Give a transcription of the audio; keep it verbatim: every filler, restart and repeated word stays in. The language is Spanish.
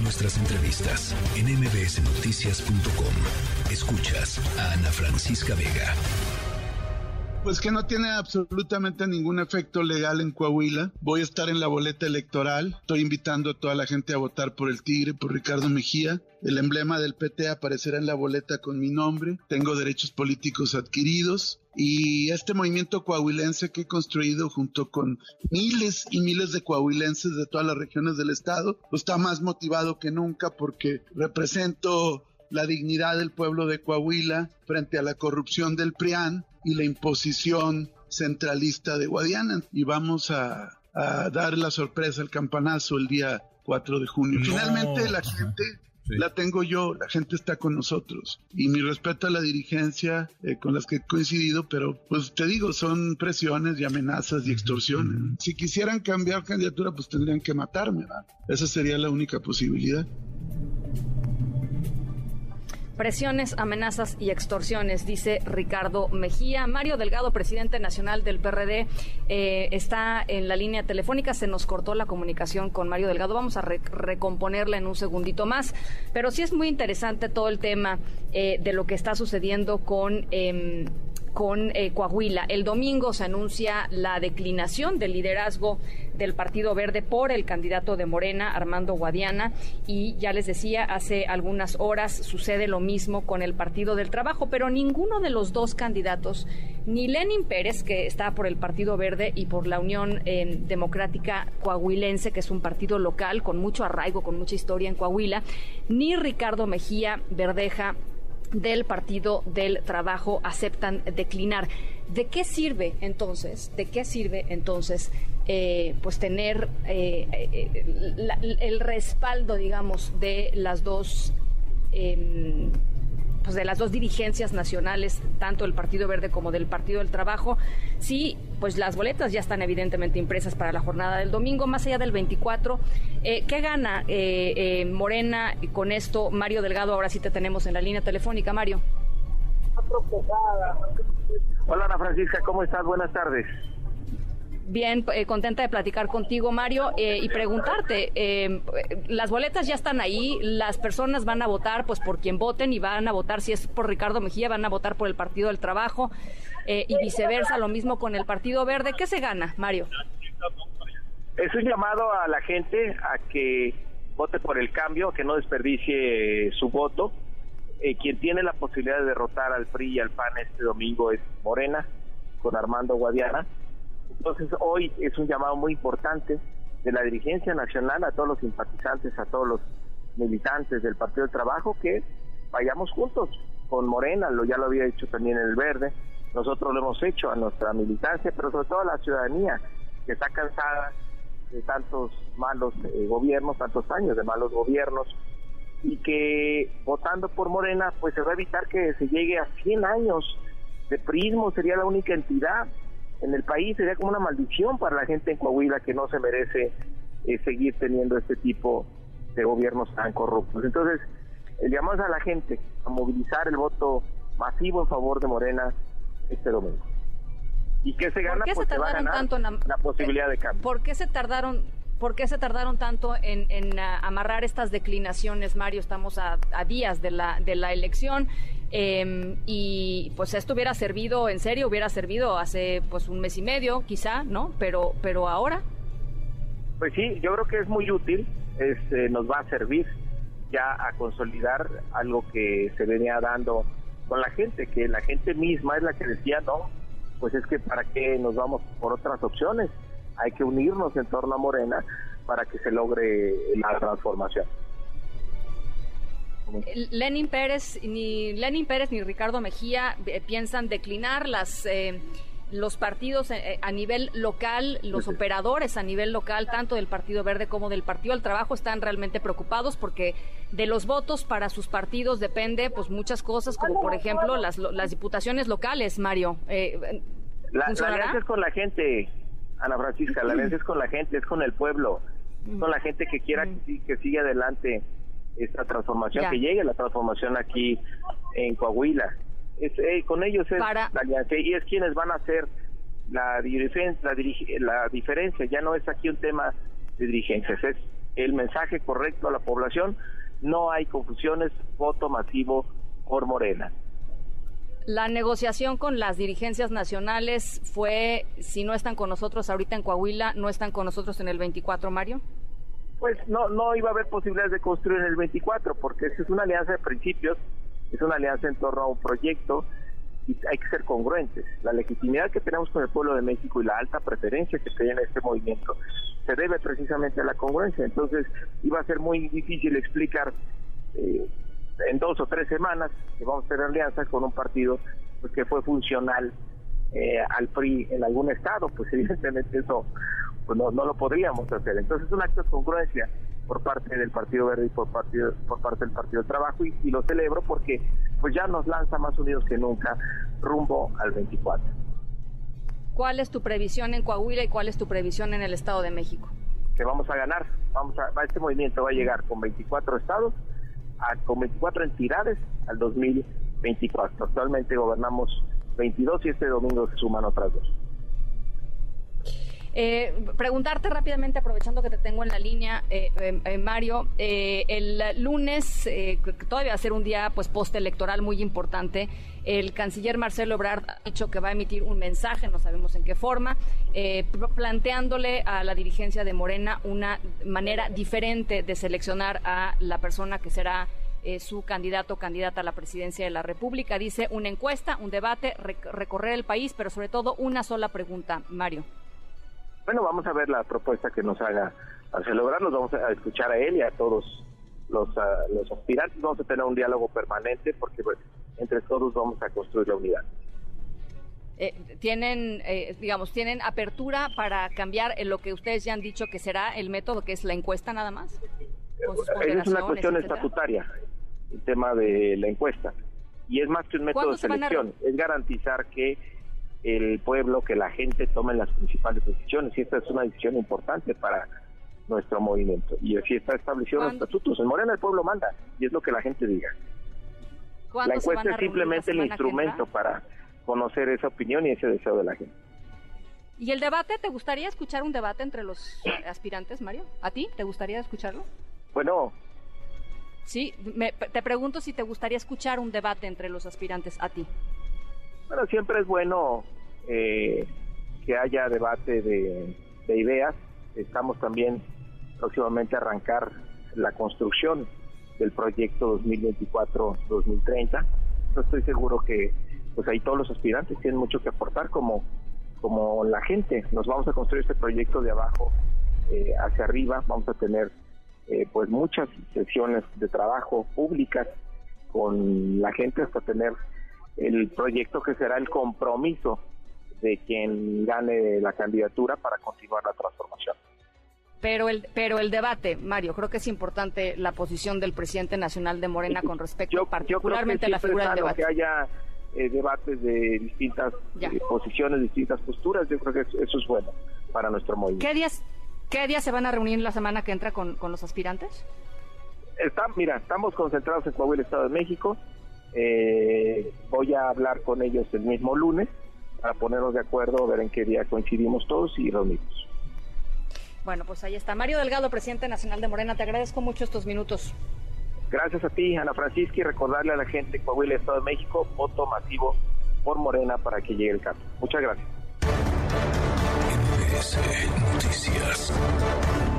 nuestras entrevistas en eme be ese noticias punto com. Escuchas a Ana Francisca Vega. Pues que no tiene absolutamente ningún efecto legal en Coahuila. Voy a estar en la boleta electoral. Estoy invitando a toda la gente a votar por el Tigre, por Ricardo Mejía. El emblema del P T aparecerá en la boleta con mi nombre. Tengo derechos políticos adquiridos. Y este movimiento coahuilense que he construido junto con miles y miles de coahuilenses de todas las regiones del estado, pues está más motivado que nunca porque represento la dignidad del pueblo de Coahuila frente a la corrupción del P R I A N y la imposición centralista de Guadiana. Y vamos a, a dar la sorpresa, el campanazo el día cuatro de junio. No. Finalmente la gente sí. la tengo yo, la gente está con nosotros. Y mi respeto a la dirigencia eh, con las que he coincidido, pero pues te digo, son presiones y amenazas y extorsiones. Uh-huh. Si quisieran cambiar candidatura, pues tendrían que matarme, ¿verdad? Esa sería la única posibilidad. Presiones, amenazas y extorsiones, dice Ricardo Mejía. Mario Delgado, presidente nacional del P R D, eh, está en la línea telefónica. Se nos cortó la comunicación con Mario Delgado. Vamos a re- recomponerla en un segundito más. Pero sí es muy interesante todo el tema eh, de lo que está sucediendo con... Eh, con eh, Coahuila. El domingo se anuncia la declinación del liderazgo del Partido Verde por el candidato de Morena, Armando Guadiana, y ya les decía, hace algunas horas sucede lo mismo con el Partido del Trabajo, pero ninguno de los dos candidatos, ni Lenín Pérez, que está por el Partido Verde, y por la Unión eh, Democrática Coahuilense, que es un partido local con mucho arraigo, con mucha historia en Coahuila, ni Ricardo Mejía Verdeja, del Partido del Trabajo, aceptan declinar. ¿De qué sirve entonces, de qué sirve entonces eh, pues tener eh, eh, la, el respaldo, digamos, de las dos eh, pues de las dos dirigencias nacionales, tanto del Partido Verde como del Partido del Trabajo? Sí, pues las boletas ya están evidentemente impresas para la jornada del domingo, más allá del veinticuatro. Eh, ¿Qué gana eh, eh, Morena con esto? Mario Delgado, ahora sí te tenemos en la línea telefónica. Mario. Hola Ana Francisca, ¿cómo estás? Buenas tardes. Bien, eh, contenta de platicar contigo, Mario, eh, y preguntarte, eh, las boletas ya están ahí, las personas van a votar pues por quien voten y van a votar, si es por Ricardo Mejía, van a votar por el Partido del Trabajo, eh, y viceversa, lo mismo con el Partido Verde. ¿Qué se gana, Mario? Es un llamado a la gente a que vote por el cambio, que no desperdicie su voto. Eh, quien tiene la posibilidad de derrotar al P R I y al P A N este domingo es Morena, con Armando Guadiana. Entonces hoy es un llamado muy importante de la dirigencia nacional a todos los simpatizantes, a todos los militantes del Partido del Trabajo, que vayamos juntos con Morena. Lo ya lo había hecho también el Verde, nosotros lo hemos hecho a nuestra militancia, pero sobre todo a la ciudadanía que está cansada de tantos malos eh, gobiernos, tantos años de malos gobiernos, y que votando por Morena pues se va a evitar que se llegue a cien años de prismo. Sería la única entidad en el país, sería como una maldición para la gente en Coahuila, que no se merece eh, seguir teniendo este tipo de gobiernos tan corruptos. Entonces, el llamado a la gente a movilizar el voto masivo en favor de Morena este domingo. ¿Y qué se gana? ¿Por qué pues se se va a tardaron ganar tanto en la posibilidad de cambio. ¿Por qué se tardaron, por qué se tardaron tanto en, en uh, amarrar estas declinaciones, Mario? Estamos a, a días de la de la elección. Eh, y pues esto hubiera servido, en serio, hubiera servido hace pues un mes y medio, quizá, ¿no? Pero pero ahora. Pues sí, yo creo que es muy útil, este, nos va a servir ya a consolidar algo que se venía dando con la gente, que la gente misma es la que decía, no, pues es que para qué nos vamos por otras opciones, hay que unirnos en torno a Morena para que se logre la transformación. Lenín Pérez, ni Lenín Pérez ni Ricardo Mejía eh, piensan declinar. Las eh, los partidos eh, a nivel local, los operadores a nivel local, tanto del Partido Verde como del Partido del Trabajo, están realmente preocupados porque de los votos para sus partidos depende pues muchas cosas, como por ejemplo las las diputaciones locales. Mario, eh, la, la alianza es con la gente, Ana Francisca, la alianza es con la gente, es con el pueblo, mm. con la gente que quiera mm. que, que siga adelante esta transformación, ya. que llegue la transformación aquí en Coahuila. Es, eh, con ellos es Para... la alianza, y es quienes van a hacer la, dirigen, la, dirige, la diferencia. Ya no es aquí un tema de dirigencias, es el mensaje correcto a la población. No hay confusiones, voto masivo por Morena. La negociación con las dirigencias nacionales fue, si no están con nosotros ahorita en Coahuila, ¿no están con nosotros en el veinticuatro, Mario? Pues no, no iba a haber posibilidades de construir en el veinticuatro, porque es una alianza de principios, es una alianza en torno a un proyecto, y hay que ser congruentes. La legitimidad que tenemos con el pueblo de México y la alta preferencia que tiene este movimiento se debe precisamente a la congruencia. Entonces iba a ser muy difícil explicar eh, en dos o tres semanas que vamos a tener alianzas con un partido pues, que fue funcional eh, al P R I en algún estado. Pues evidentemente eso pues no, no lo podríamos hacer. Entonces es un acto de congruencia por parte del Partido Verde y por, partido, por parte del Partido del Trabajo, y, y lo celebro porque pues ya nos lanza más unidos que nunca rumbo al veinticuatro. ¿Cuál es tu previsión en Coahuila y cuál es tu previsión en el Estado de México? Que vamos a ganar, vamos a, este movimiento va a llegar con veinticuatro estados, a, con veinticuatro entidades al dos mil veinticuatro. Actualmente gobernamos veintidós y este domingo se suman otras dos. Eh, preguntarte rápidamente, aprovechando que te tengo en la línea, eh, eh, Mario, eh, el lunes, eh, todavía va a ser un día pues postelectoral muy importante. El canciller Marcelo Ebrard ha dicho que va a emitir un mensaje, no sabemos en qué forma, eh, planteándole a la dirigencia de Morena una manera diferente de seleccionar a la persona que será eh, su candidato o candidata a la presidencia de la República. Dice una encuesta, un debate, rec- recorrer el país, pero sobre todo una sola pregunta, Mario. Bueno, vamos a ver la propuesta que nos haga Marcelo Ebrard, los vamos a escuchar a él y a todos los, uh, los aspirantes, vamos a tener un diálogo permanente porque pues, entre todos vamos a construir la unidad. Eh, tienen, eh, digamos, tienen apertura para cambiar en lo que ustedes ya han dicho que será el método, que es la encuesta nada más. Es una cuestión etcétera. estatutaria, el tema de la encuesta, y es más que un método de selección, a... es garantizar que el pueblo, que la gente tome las principales decisiones, y esta es una decisión importante para nuestro movimiento, y así está establecido en los estatutos. En Morena el pueblo manda, y es lo que la gente diga. La encuesta es simplemente el instrumento para conocer esa opinión y ese deseo de la gente. ¿Y el debate? ¿Te gustaría escuchar un debate entre los aspirantes, Mario? ¿A ti te gustaría escucharlo? Bueno. Sí, me, te pregunto si te gustaría escuchar un debate entre los aspirantes, a ti. Bueno, siempre es bueno eh, que haya debate de, de ideas. Estamos también próximamente a arrancar la construcción del proyecto dos mil veinticuatro dos mil treinta. Yo estoy seguro que pues ahí todos los aspirantes tienen mucho que aportar, como, como la gente. Nos vamos a construir este proyecto de abajo eh, hacia arriba. Vamos a tener eh, pues muchas sesiones de trabajo públicas con la gente hasta tener el proyecto que será el compromiso de quien gane la candidatura para continuar la transformación. Pero el pero el debate, Mario, creo que es importante la posición del presidente nacional de Morena con respecto yo, particularmente a la figura del debate. Que haya eh, debates de distintas eh, posiciones, distintas posturas, yo creo que eso, eso es bueno para nuestro movimiento. ¿Qué días qué días se van a reunir la semana que entra con, con los aspirantes? Está, mira, estamos concentrados en Coahuila, Estado de México. Eh, voy a hablar con ellos el mismo lunes para ponernos de acuerdo, ver en qué día coincidimos todos y reunimos. Bueno, pues ahí está. Mario Delgado, presidente nacional de Morena, te agradezco mucho estos minutos. Gracias a ti, Ana Francisca, y recordarle a la gente de Coahuila, Estado de México, voto masivo por Morena para que llegue el cambio. Muchas gracias. M B S Noticias.